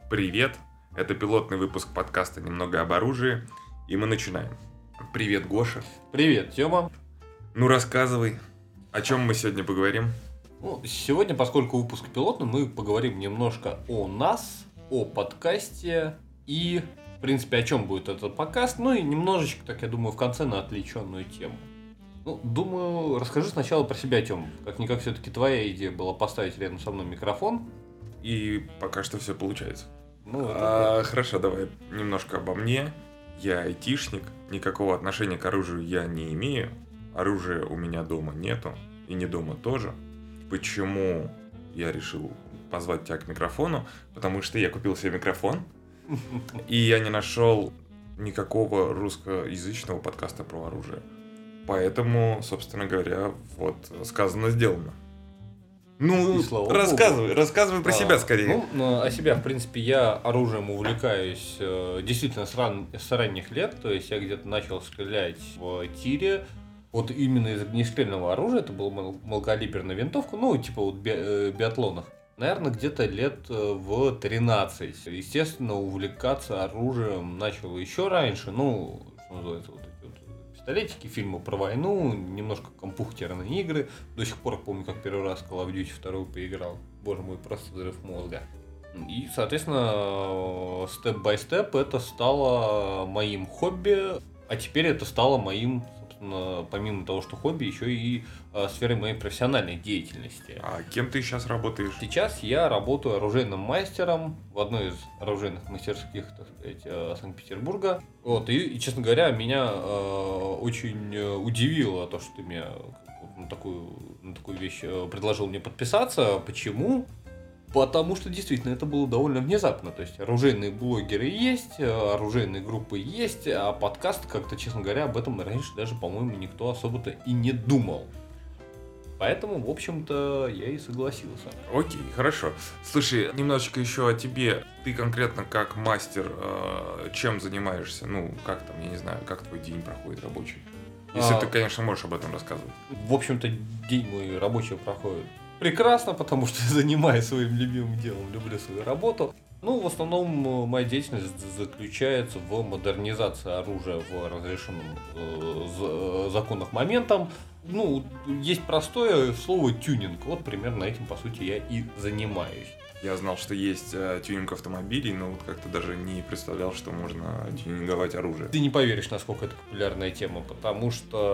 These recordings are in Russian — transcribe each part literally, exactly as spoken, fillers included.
Привет! Это пилотный выпуск подкаста «Немного об оружии», и мы начинаем. Привет, Гоша. Привет, Тёма. Ну, рассказывай, о чем мы сегодня поговорим? Ну, сегодня, поскольку выпуск пилотный, мы поговорим немножко о нас, о подкасте и, в принципе, о чем будет этот подкаст, ну и немножечко, так я думаю, в конце на отвлеченную тему. Ну, думаю, расскажи сначала про себя, Тём. Как-никак все-таки твоя идея была поставить рядом со мной микрофон. И пока что все получается. Ну, а, хорошо, давай немножко обо мне. Я айтишник, никакого отношения к оружию я не имею. Оружия у меня дома нету, и не дома тоже. Почему я решил позвать тебя к микрофону? Потому что я купил себе микрофон, и я не нашел никакого русскоязычного подкаста про оружие. Поэтому, собственно говоря, вот сказано, сделано. Ну, рассказывай, Богу. рассказывай про а, себя скорее. Ну, о себя, в принципе, я оружием увлекаюсь э, действительно с, ран, с ранних лет. То есть я где-то начал стрелять в тире. Вот именно из огнестрельного оружия, это была малокалиберная винтовка, ну, типа вот би, э, биатлонах. Наверное, где-то лет в тринадцать. Естественно, увлекаться оружием начал еще раньше. Ну, что называется, вот пистолетики, фильмы про войну, немножко компьютерные игры. До сих пор помню, как первый раз Call of Duty два поиграл. Боже мой, просто взрыв мозга. И, соответственно, степ-бай-степ это стало моим хобби, а теперь это стало моим, собственно, помимо того, что хобби, еще и э, сферой моей профессиональной деятельности. А кем ты сейчас работаешь? Сейчас я работаю оружейным мастером в одной из оружейных мастерских, так сказать, э, Санкт-Петербурга. Вот, и, и, честно говоря, меня э, очень удивило то, что ты мне на такую, на такую вещь предложил мне подписаться. Почему? Потому что действительно это было довольно внезапно. То есть оружейные блогеры есть, оружейные группы есть, а подкаст, как-то, честно говоря, об этом раньше даже, по-моему, никто особо-то и не думал. Поэтому, в общем-то, я и согласился. Окей, хорошо. Слушай, немножечко еще о тебе. Ты конкретно как мастер э, чем занимаешься? Ну, как там, я не знаю, как твой день проходит рабочий? Если а... ты, конечно, можешь об этом рассказывать. В общем-то, день мой рабочий проходит прекрасно, потому что я занимаюсь своим любимым делом, люблю свою работу. Ну, в основном моя деятельность заключается в модернизации оружия в разрешенном э, законах моментом. Ну, есть простое слово тюнинг. Вот примерно этим, по сути, я и занимаюсь. Я знал, что есть э, тюнинг автомобилей, но вот как-то даже не представлял, что можно тюнинговать оружие. Ты не поверишь, насколько это популярная тема, потому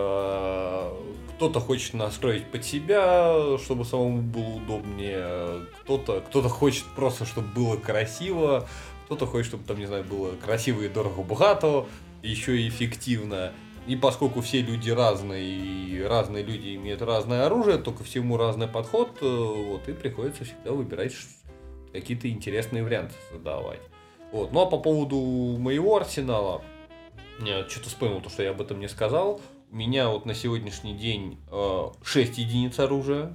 что кто-то хочет настроить под себя, чтобы самому было удобнее, кто-то, кто-то хочет просто, чтобы было красиво, кто-то хочет, чтобы там, не знаю, было красиво и дорого-богато, еще и эффективно. И поскольку все люди разные, и разные люди имеют разное оружие, то ко всему разный подход, вот, и приходится всегда выбирать какие-то интересные варианты создавать. Вот. Ну а по поводу моего арсенала, я что-то вспомнил, то, что я об этом не сказал. У меня вот на сегодняшний день э, шесть единиц оружия.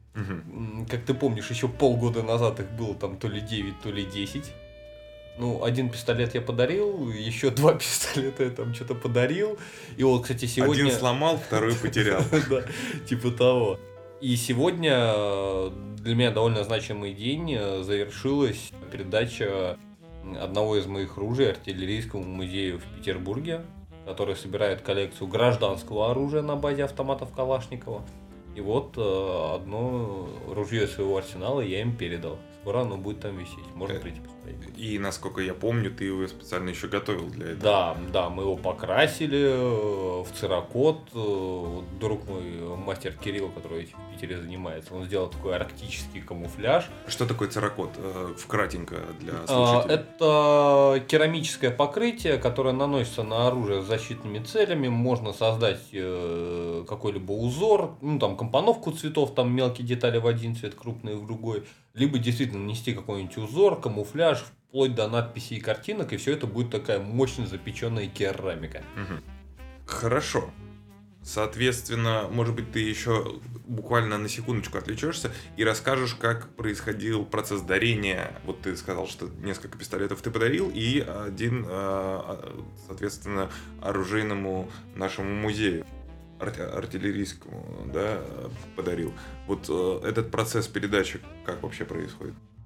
Угу. Как ты помнишь, еще полгода назад их было там то ли девять, то ли десять. Ну, один пистолет я подарил, еще два пистолета я там что-то подарил. И вот, кстати, сегодня... Один сломал, второй потерял. Да, типа того. И сегодня для меня довольно значимый день, завершилась передача одного из моих ружей артиллерийскому музею в Петербурге, который собирает коллекцию гражданского оружия на базе автоматов Калашникова. И вот одно ружье своего арсенала я им передал. Скоро оно будет там висеть, можно прийти посмотреть. И, насколько я помню, ты его специально еще готовил для этого. Да, да, мы его покрасили в циркот. Друг мой, мастер Кирилл, который в Питере занимается, он сделал такой арктический камуфляж. Что такое циркот? Вкратенько для слушателей. Это керамическое покрытие, которое наносится на оружие с защитными целями. Можно создать какой-либо узор, ну там компоновку цветов, там мелкие детали в один цвет, крупные в другой. Либо действительно нанести какой-нибудь узор, камуфляж, вплоть до надписей и картинок, и все это будет такая мощно запеченная керамика. Угу. Хорошо. Соответственно, может быть, ты еще буквально на секундочку отвлечешься и расскажешь, как происходил процесс дарения. Вот ты сказал, что несколько пистолетов ты подарил, и один, соответственно, оружейному нашему музею. артиллерийскому, да, подарил. Вот э, этот процесс передачи как вообще происходит?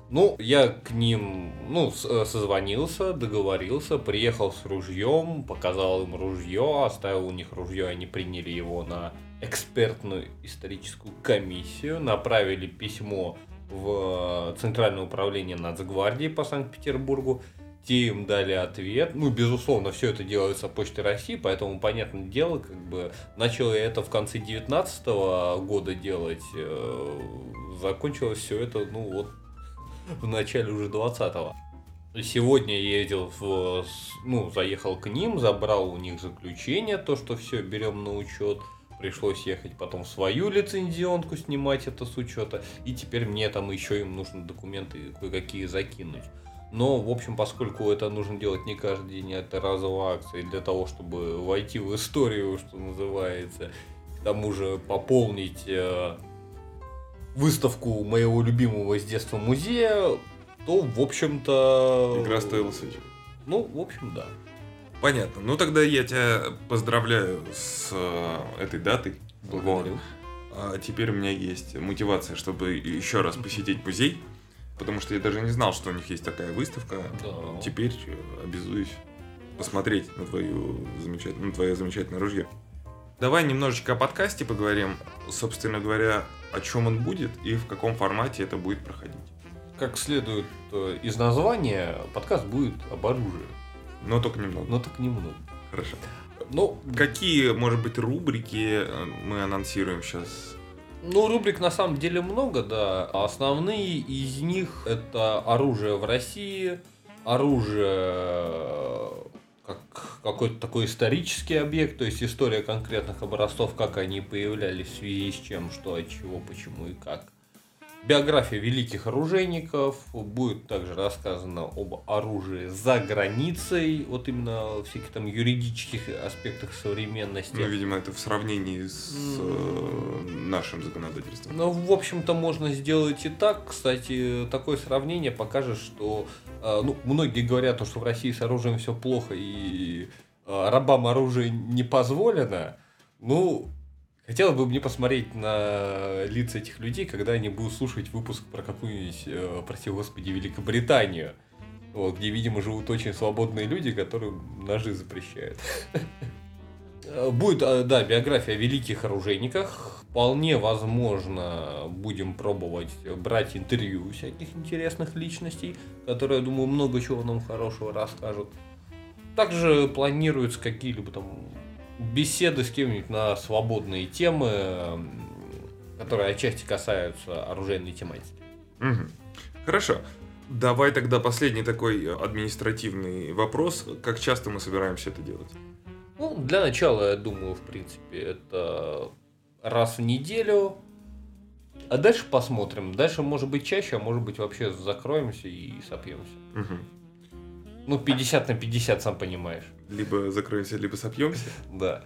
Ну, я к ним, ну, созвонился, договорился, приехал с ружьем, показал им ружье, оставил у них ружье, они приняли его на экспертную историческую комиссию, направили письмо в Центральное управление Нацгвардии по Санкт-Петербургу, те им дали ответ. Ну, безусловно, все это делается Почтой России, поэтому, понятное дело, как бы начал я это в конце девятнадцатого года делать, закончилось все это, ну, вот, в начале уже двадцатого. Сегодня я ездил в, ну, заехал к ним, забрал у них заключение, то, что все берем на учет. Пришлось ехать потом свою лицензионку снимать это с учета. И теперь мне там еще им нужно документы кое-какие закинуть. Но, в общем, поскольку это нужно делать не каждый день, это разовая акция для того, чтобы войти в историю, что называется, к тому же пополнить э, выставку моего любимого с детства музея, то, в общем-то... Игра стоила свечи. Ну, в общем, да. Понятно. Ну, тогда я тебя поздравляю с э, этой датой. Благодарю. Вот. А теперь у меня есть мотивация, чтобы еще раз посетить музей, потому что я даже не знал, что у них есть такая выставка. Да. Теперь обязуюсь посмотреть на, твою замечательную, на твое замечательное ружье. Давай немножечко о подкасте поговорим, собственно говоря, о чем он будет и в каком формате это будет проходить. Как следует из названия, подкаст будет об оружии. Но только немного. Но только немного. Хорошо. Ну, какие, может быть, рубрики мы анонсируем сейчас? Ну, рубрик на самом деле много, да. Основные из них это оружие в России, оружие как какой-то такой исторический объект, то есть история конкретных образцов, как они появлялись, в связи с чем, что, от чего, почему и как. Биография великих оружейников, будет также рассказано об оружии за границей, вот именно всяких там юридических аспектах современности. Ну, видимо, это в сравнении с э, нашим законодательством. Ну, в общем-то, можно сделать и так. Кстати, такое сравнение покажет, что э, ну, многие говорят, что в России с оружием все плохо и э, рабам оружие не позволено. Ну... Хотелось бы мне посмотреть на лица этих людей, когда они будут слушать выпуск про какую-нибудь, э, прости господи, Великобританию, вот, где, видимо, живут очень свободные люди, которым ножи запрещают. Будет, да, биография о великих оружейниках. Вполне возможно, будем пробовать брать интервью всяких интересных личностей, которые, я думаю, много чего нам хорошего расскажут. Также планируются какие-либо там... беседы с кем-нибудь на свободные темы, которые отчасти касаются оружейной тематики. Угу. Хорошо. Давай тогда последний такой административный вопрос. Как часто мы собираемся это делать? Ну, для начала, я думаю, в принципе, это раз в неделю. А дальше посмотрим. Дальше может быть чаще, а может быть вообще закроемся и сопьемся. Угу. Ну, пятьдесят на пятьдесят, сам понимаешь. Либо закроемся, либо сопьемся. Да.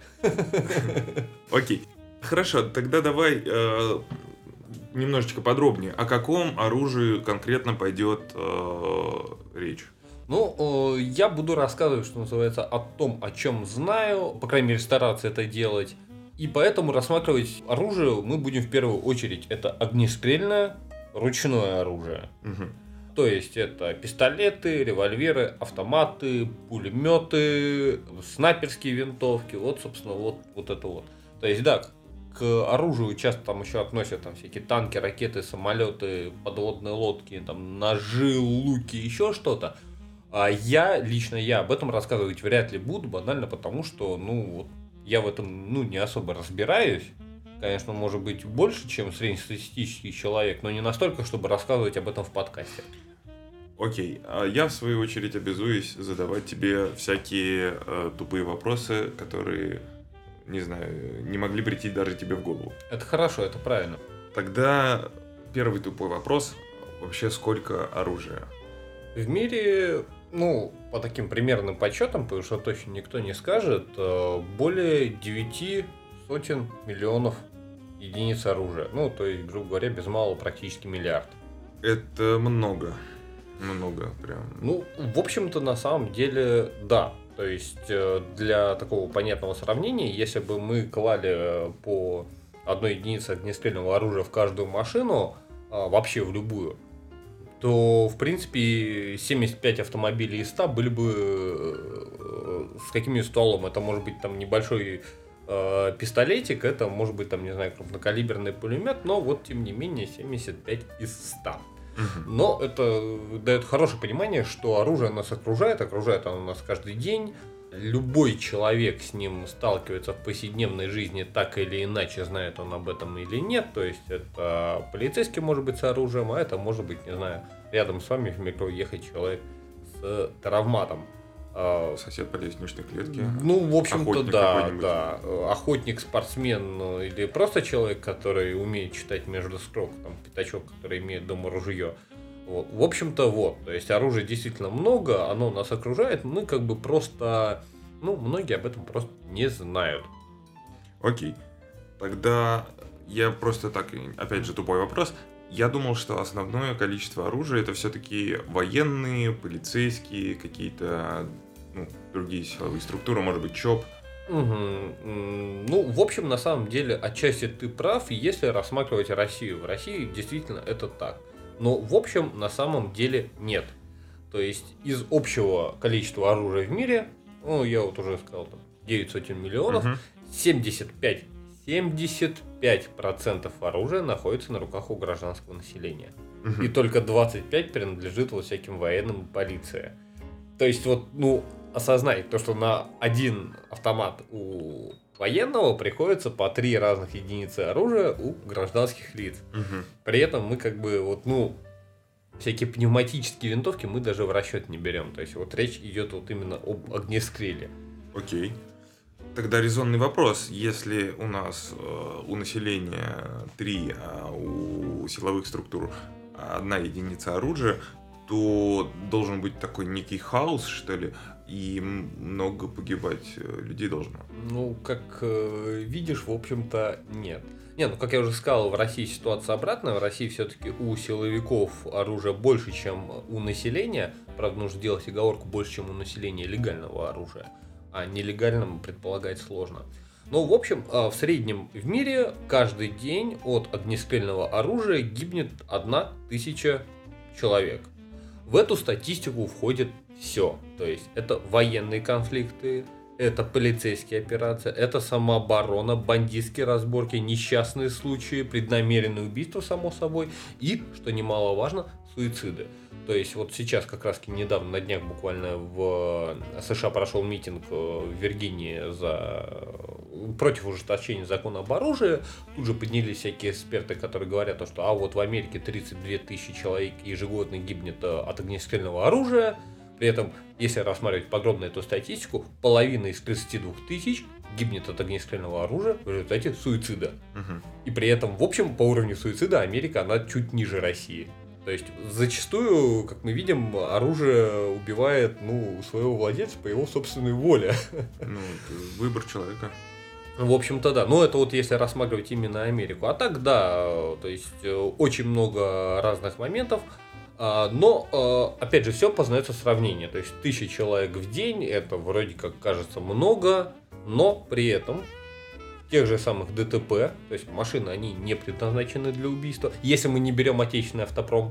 Окей. Хорошо, тогда давай э, немножечко подробнее. О каком оружии конкретно пойдет э, речь? Ну, э, я буду рассказывать, что называется, о том, о чем знаю. По крайней мере, стараться это делать. И поэтому рассматривать оружие мы будем в первую очередь. Это огнестрельное, ручное оружие. Угу. То есть это пистолеты, револьверы, автоматы, пулеметы, снайперские винтовки, вот, собственно, вот, вот это вот. То есть, да, к оружию часто там еще относят там всякие танки, ракеты, самолеты, подводные лодки, там ножи, луки, еще что-то. А я, лично я об этом рассказывать вряд ли буду, банально потому, что, ну, вот, я в этом, ну, не особо разбираюсь. Конечно, может быть больше, чем среднестатистический человек, но не настолько, чтобы рассказывать об этом в подкасте. Окей, а я в свою очередь обязуюсь задавать тебе всякие э, тупые вопросы, которые, не знаю, не могли прийти даже тебе в голову. Это хорошо, это правильно. Тогда первый тупой вопрос. Вообще сколько оружия? В мире, ну, по таким примерным подсчетам, потому что точно никто не скажет, более девяти сотен миллионов единиц оружия. Ну, то есть, грубо говоря, без малого практически миллиард. Это много. Много прям. Ну, в общем-то, на самом деле, да. То есть, для такого понятного сравнения, если бы мы клали по одной единице огнестрельного оружия в каждую машину, вообще в любую, то, в принципе, семьдесят пять автомобилей из ста были бы э, с каким-нибудь стволом. Это может быть там небольшой э, пистолетик, это может быть там, не знаю, крупнокалиберный пулемет, но вот, тем не менее, семьдесят пять из ста. Мгм. Но это дает хорошее понимание, что оружие нас окружает, окружает оно нас каждый день. Любой человек с ним сталкивается в повседневной жизни так или иначе, знает он об этом или нет. То есть это полицейский может быть с оружием, а это может быть, не знаю, рядом с вами в метро ехать человек с травматом. А, Сосед по лестничной клетке. Ну, в общем-то, Охотник да, какой-нибудь. да. Охотник, спортсмен ну, или просто человек, который умеет читать между строк, там, пятачок, который имеет дома ружье. Вот. В общем-то, вот. То есть оружия действительно много, оно нас окружает, мы как бы просто... Ну, многие об этом просто не знают. Окей. Тогда я просто так, опять же, тупой вопрос. Я думал, что основное количество оружия это все-таки военные, полицейские, какие-то ну, другие силовые структуры, может быть, ЧОП. Угу. М, Ну, в общем, на самом деле, отчасти ты прав, если рассматривать Россию. В России действительно это так. Но, в общем, на самом деле нет. То есть, из общего количества оружия в мире, ну, я вот уже сказал, там, девять сотен миллионов, Мгм. семьдесят пять семьдесят пять процентов оружия находится на руках у гражданского населения. Мгм. И только двадцать пять процентов принадлежит вот всяким военным и полиции. То есть вот, ну, осознай то, что на один автомат у военного приходится по три разных единицы оружия у гражданских лиц. Мгм. При этом мы как бы вот, ну, всякие пневматические винтовки мы даже в расчет не берем. То есть вот речь идет вот именно об огнестреле. Окей. Тогда резонный вопрос. Если у нас э, у населения три, а у силовых структур одна единица оружия, то должен быть такой некий хаос, что ли, и м- много погибать э, людей должно. Ну, как э, видишь, в общем-то, нет. Не, ну, как я уже сказал, в России ситуация обратная. В России все-таки у силовиков оружия больше, чем у населения. Правда, нужно делать оговорку больше, чем у населения легального оружия. А нелегальным предполагать сложно. Но, в общем, э, в среднем в мире каждый день от огнестрельного оружия гибнет одна тысяча человек. В эту статистику входит все. То есть это военные конфликты, это полицейские операции, это самооборона, бандитские разборки, несчастные случаи, преднамеренные убийства, само собой, и, что немаловажно, суициды. То есть вот сейчас как раз недавно, на днях буквально в США прошел митинг в Виргинии за... против ужесточения закона об оружии. Тут же поднялись всякие эксперты, которые говорят, что а вот в Америке тридцать две тысячи человек ежегодно гибнет от огнестрельного оружия. При этом, если рассматривать подробно эту статистику, половина из тридцати двух тысяч гибнет от огнестрельного оружия в результате суицида. Мгм. И при этом, в общем, по уровню суицида Америка, она чуть ниже России. То есть, зачастую, как мы видим, оружие убивает ну, своего владельца по его собственной воле. Ну, это выбор человека. В общем-то, да. Но это вот если рассматривать именно Америку. А так, да, то есть, э, очень много разных моментов. А, Но, э, опять же, все познается сравнение. То есть, тысяча человек в день, это вроде как кажется много, но при этом в тех же самых ДТП, то есть машины, они не предназначены для убийства, если мы не берем отечественный автопром,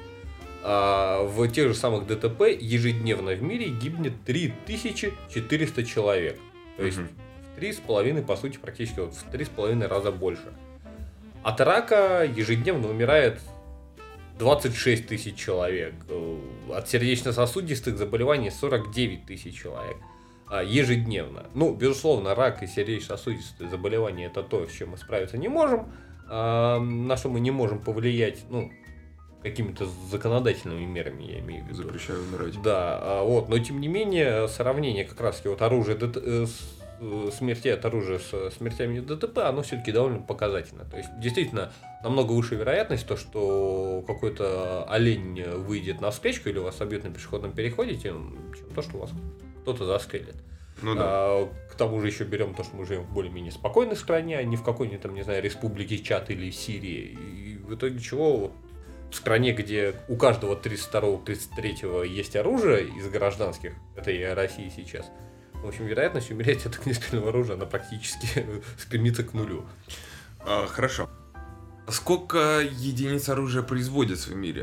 а в тех же самых ДТП ежедневно в мире гибнет три тысячи четыреста человек. То есть Мгм. в три с половиной, по сути, практически вот в три с половиной раза больше. От рака ежедневно умирает двадцать шесть тысяч человек. От сердечно-сосудистых заболеваний сорок девять тысяч человек. а, Ежедневно. Ну, безусловно, рак и сердечно-сосудистые заболевания это то, с чем мы справиться не можем. а, На что мы не можем повлиять, ну, какими-то законодательными мерами, я имею в виду. Запрещаю умирать. Да, а, вот, но тем не менее, сравнение как раз вот оружия ДТ э, с- э, смерти от оружия с смертями ДТП, оно все-таки довольно показательно. То есть, действительно, намного выше вероятность, то, что какой-то олень выйдет на встречку или вас собьет на пешеходном переходе, чем, чем то, что вас кто-то застрелит. Ну да. А, к тому же еще берем то, что мы живем в более-менее спокойной стране, а не в какой-нибудь там, не знаю, республике Чад или Сирии. И в итоге чего вот в стране, где у каждого тридцать второго тридцать третьего есть оружие из гражданских, это и Россия сейчас, в общем, вероятность умереть от огнестрельного оружия, она практически стремится к нулю. А, хорошо. Сколько единиц оружия производится в мире?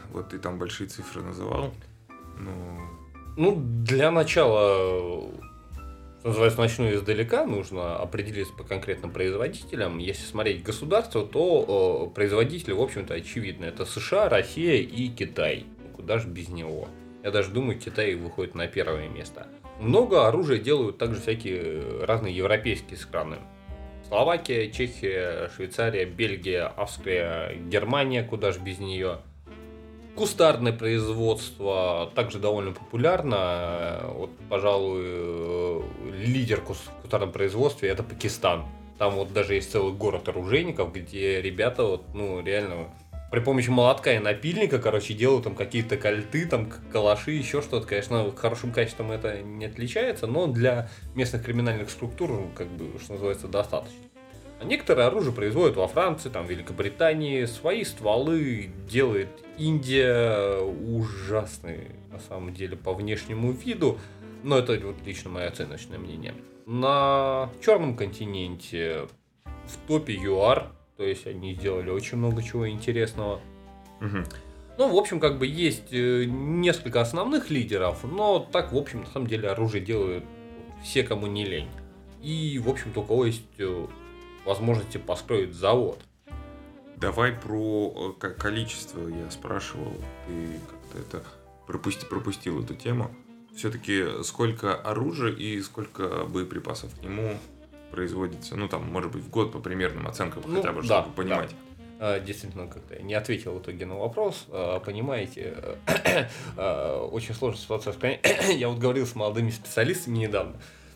Вот ты там большие цифры называл. Ну, Ну, для начала, что называется, начну издалека, нужно определиться по конкретным производителям. Если смотреть государство, то э, производители, в общем-то, очевидны. Это США, Россия и Китай. Куда же без него? Я даже думаю, Китай выходит на первое место. Много оружия делают также всякие разные европейские страны. Словакия, Чехия, Швейцария, Бельгия, Австрия, Германия, куда же без нее. Кустарное производство также довольно популярно. Вот, пожалуй, лидер в кустарном производстве это Пакистан. Там вот даже есть целый город оружейников, где ребята вот, ну, реально при помощи молотка и напильника, короче, делают там какие-то кольты, там калаши, еще что-то. Конечно, хорошим качеством это не отличается, но для местных криминальных структур, как бы, что называется, достаточно. А некоторые оружие производят во Франции, там, в Великобритании. Свои стволы делает Индия, ужасные, на самом деле, по внешнему виду. Но это вот лично мое оценочное мнение. На Черном континенте в топе ЮАР, то есть они сделали очень много чего интересного. угу. Ну, в общем, как бы есть несколько основных лидеров, но так, в общем, на самом деле оружие делают все, кому не лень. И, в общем-то, у кого есть возможности построить завод. Давай про количество я спрашивал. Ты как-то это пропусти, пропустил эту тему. Все-таки сколько оружия и сколько боеприпасов к нему производится? Ну, там, может быть, в год по примерным оценкам, ну, хотя бы, да, чтобы понимать. Да. Действительно, как-то я не ответил в итоге на вопрос. Понимаете, очень сложная ситуация. Я вот говорил с молодыми специалистами недавно.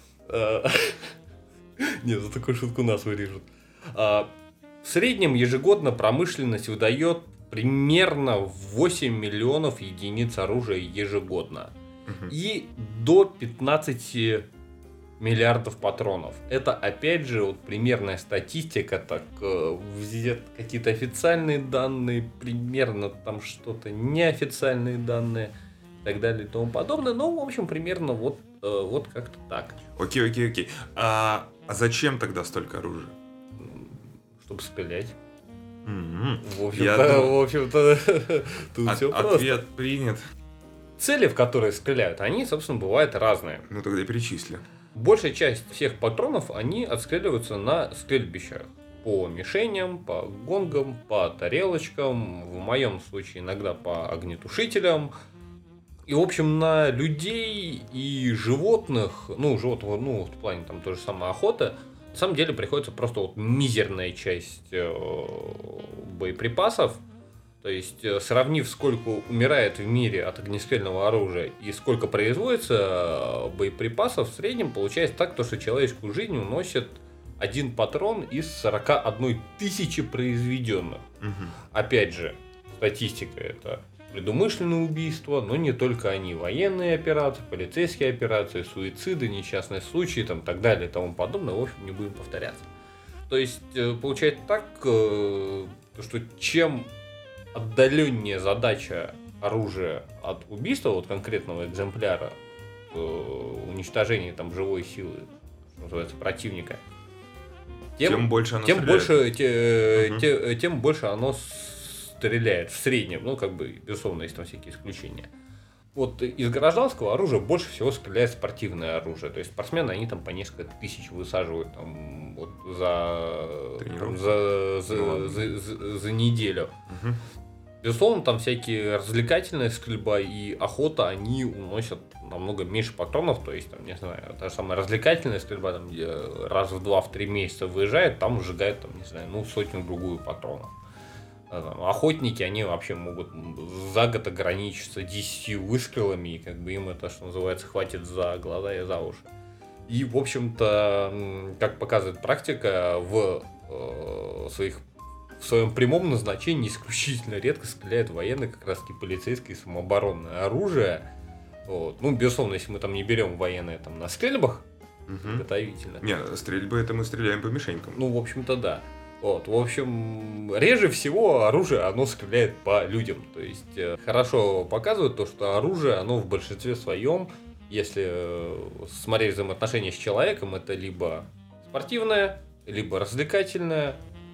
Нет, за такую шутку нас вырежут. В среднем ежегодно промышленность выдает примерно восемь миллионов единиц оружия ежегодно. Угу. И до пятнадцати миллиардов патронов. Это, опять же, вот примерная статистика, так, взять какие-то официальные данные, примерно там что-то неофициальные данные и так далее и тому подобное. Ну, в общем, примерно вот, вот как-то так. Окей, окей, окей. А, а зачем тогда столько оружия? Чтобы стрелять. Mm-hmm. В общем-то, думал... в общем-то тут От, все просто. Ответ принят. Цели, в которые стреляют, они, собственно, бывают разные. Ну тогда перечисли. Большая часть всех патронов, они отстреливаются на стрельбищах. По мишеням, по гонгам, по тарелочкам, в моем случае иногда по огнетушителям. И, в общем, на людей и животных, ну, животных, ну, в плане там той же самой охоты, на самом деле приходится просто вот мизерная часть боеприпасов. То есть, сравнив, сколько умирает в мире от огнестрельного оружия и сколько производится боеприпасов, в среднем получается так, что человеческую жизнь уносит один патрон из сорок одна тысяча произведенных. Угу. Опять же, статистика это предумышленные убийства, но не только они. Военные операции, полицейские операции, суициды, несчастные случаи, там, так далее и тому подобное. В общем, не будем повторяться. То есть, получается так, что чем отдаленнее задача оружия от убийства, вот конкретного экземпляра, уничтожения там живой силы, что называется, противника, тем, тем больше оно тем стреляет. больше, те, угу. те, тем больше оно стреляет в среднем, ну, как бы, безусловно, есть там всякие исключения. Вот из гражданского оружия больше всего стреляет спортивное оружие. То есть спортсмены, они там по несколько тысяч высаживают там, вот, за, там, за, за, за, за, за неделю. Угу. Безусловно, там всякие развлекательная стрельба и охота, они уносят намного меньше патронов. То есть, там, не знаю, та же самая развлекательная стрельба, там, где раз в два-три месяца выезжает, там сжигают, там, не знаю, ну, сотню-другую патронов. Охотники, они вообще могут за год ограничиться десятью выстрелами, и как бы им это, что называется, хватит за глаза и за уши. И, в общем-то, как показывает практика, в э, своих в своем прямом назначении исключительно редко стреляют военные, как раз таки полицейское и самооборонное оружие. Вот. Ну, безусловно, если мы там не берем военные там на стрельбах, угу. готовительно. Нет, стрельбы это мы стреляем по мишенькам. Ну, в общем-то, да. Вот, в общем, реже всего оружие, оно стреляет по людям. То есть, э, хорошо показывает то, что оружие, оно в большинстве своем, если э, смотреть взаимоотношения с человеком, это либо спортивное, либо развлекательное,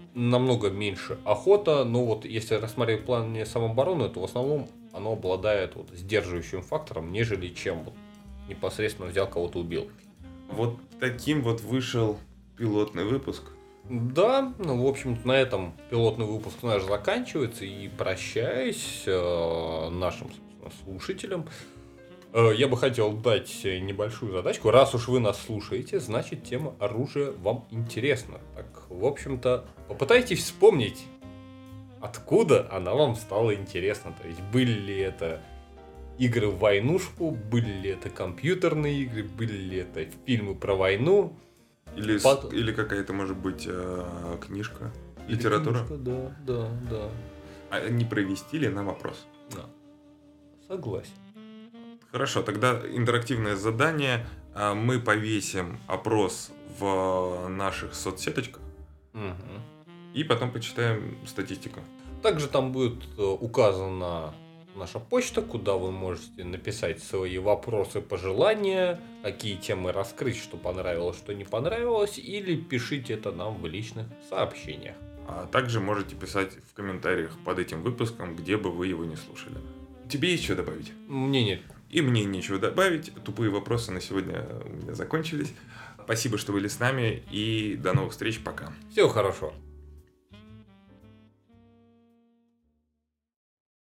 намного меньше охота, но вот если рассматривать в плане самообороны, то в основном оно обладает вот сдерживающим фактором, нежели чем вот непосредственно взял кого-то убил. Вот таким вот вышел пилотный выпуск. Да, ну, в общем-то, на этом пилотный выпуск наш заканчивается. И прощаюсь э, нашим, собственно, слушателям. Э, я бы хотел дать небольшую задачку. Раз уж вы нас слушаете, значит, тема оружия вам интересна. Так, в общем-то, попытайтесь вспомнить, откуда она вам стала интересна. То есть, были ли это игры в войнушку, были ли это компьютерные игры, были ли это фильмы про войну. Или, Под... или какая-то, может быть, э, книжка, Или литература. книжка, да, да, да. А не провести ли нам опрос? Да. Согласен. Хорошо, тогда интерактивное задание. Мы повесим опрос в наших соцсеточках. Угу. И потом почитаем статистику. Также там будет указана наша почта, куда вы можете написать свои вопросы, пожелания, какие темы раскрыть, что понравилось, что не понравилось, или пишите это нам в личных сообщениях. А также можете писать в комментариях под этим выпуском, где бы вы его не слушали. Тебе есть что добавить? Мне нет. И мне нечего добавить. Тупые вопросы на сегодня у меня закончились. Спасибо, что были с нами, и до новых встреч. Пока. Всего хорошего.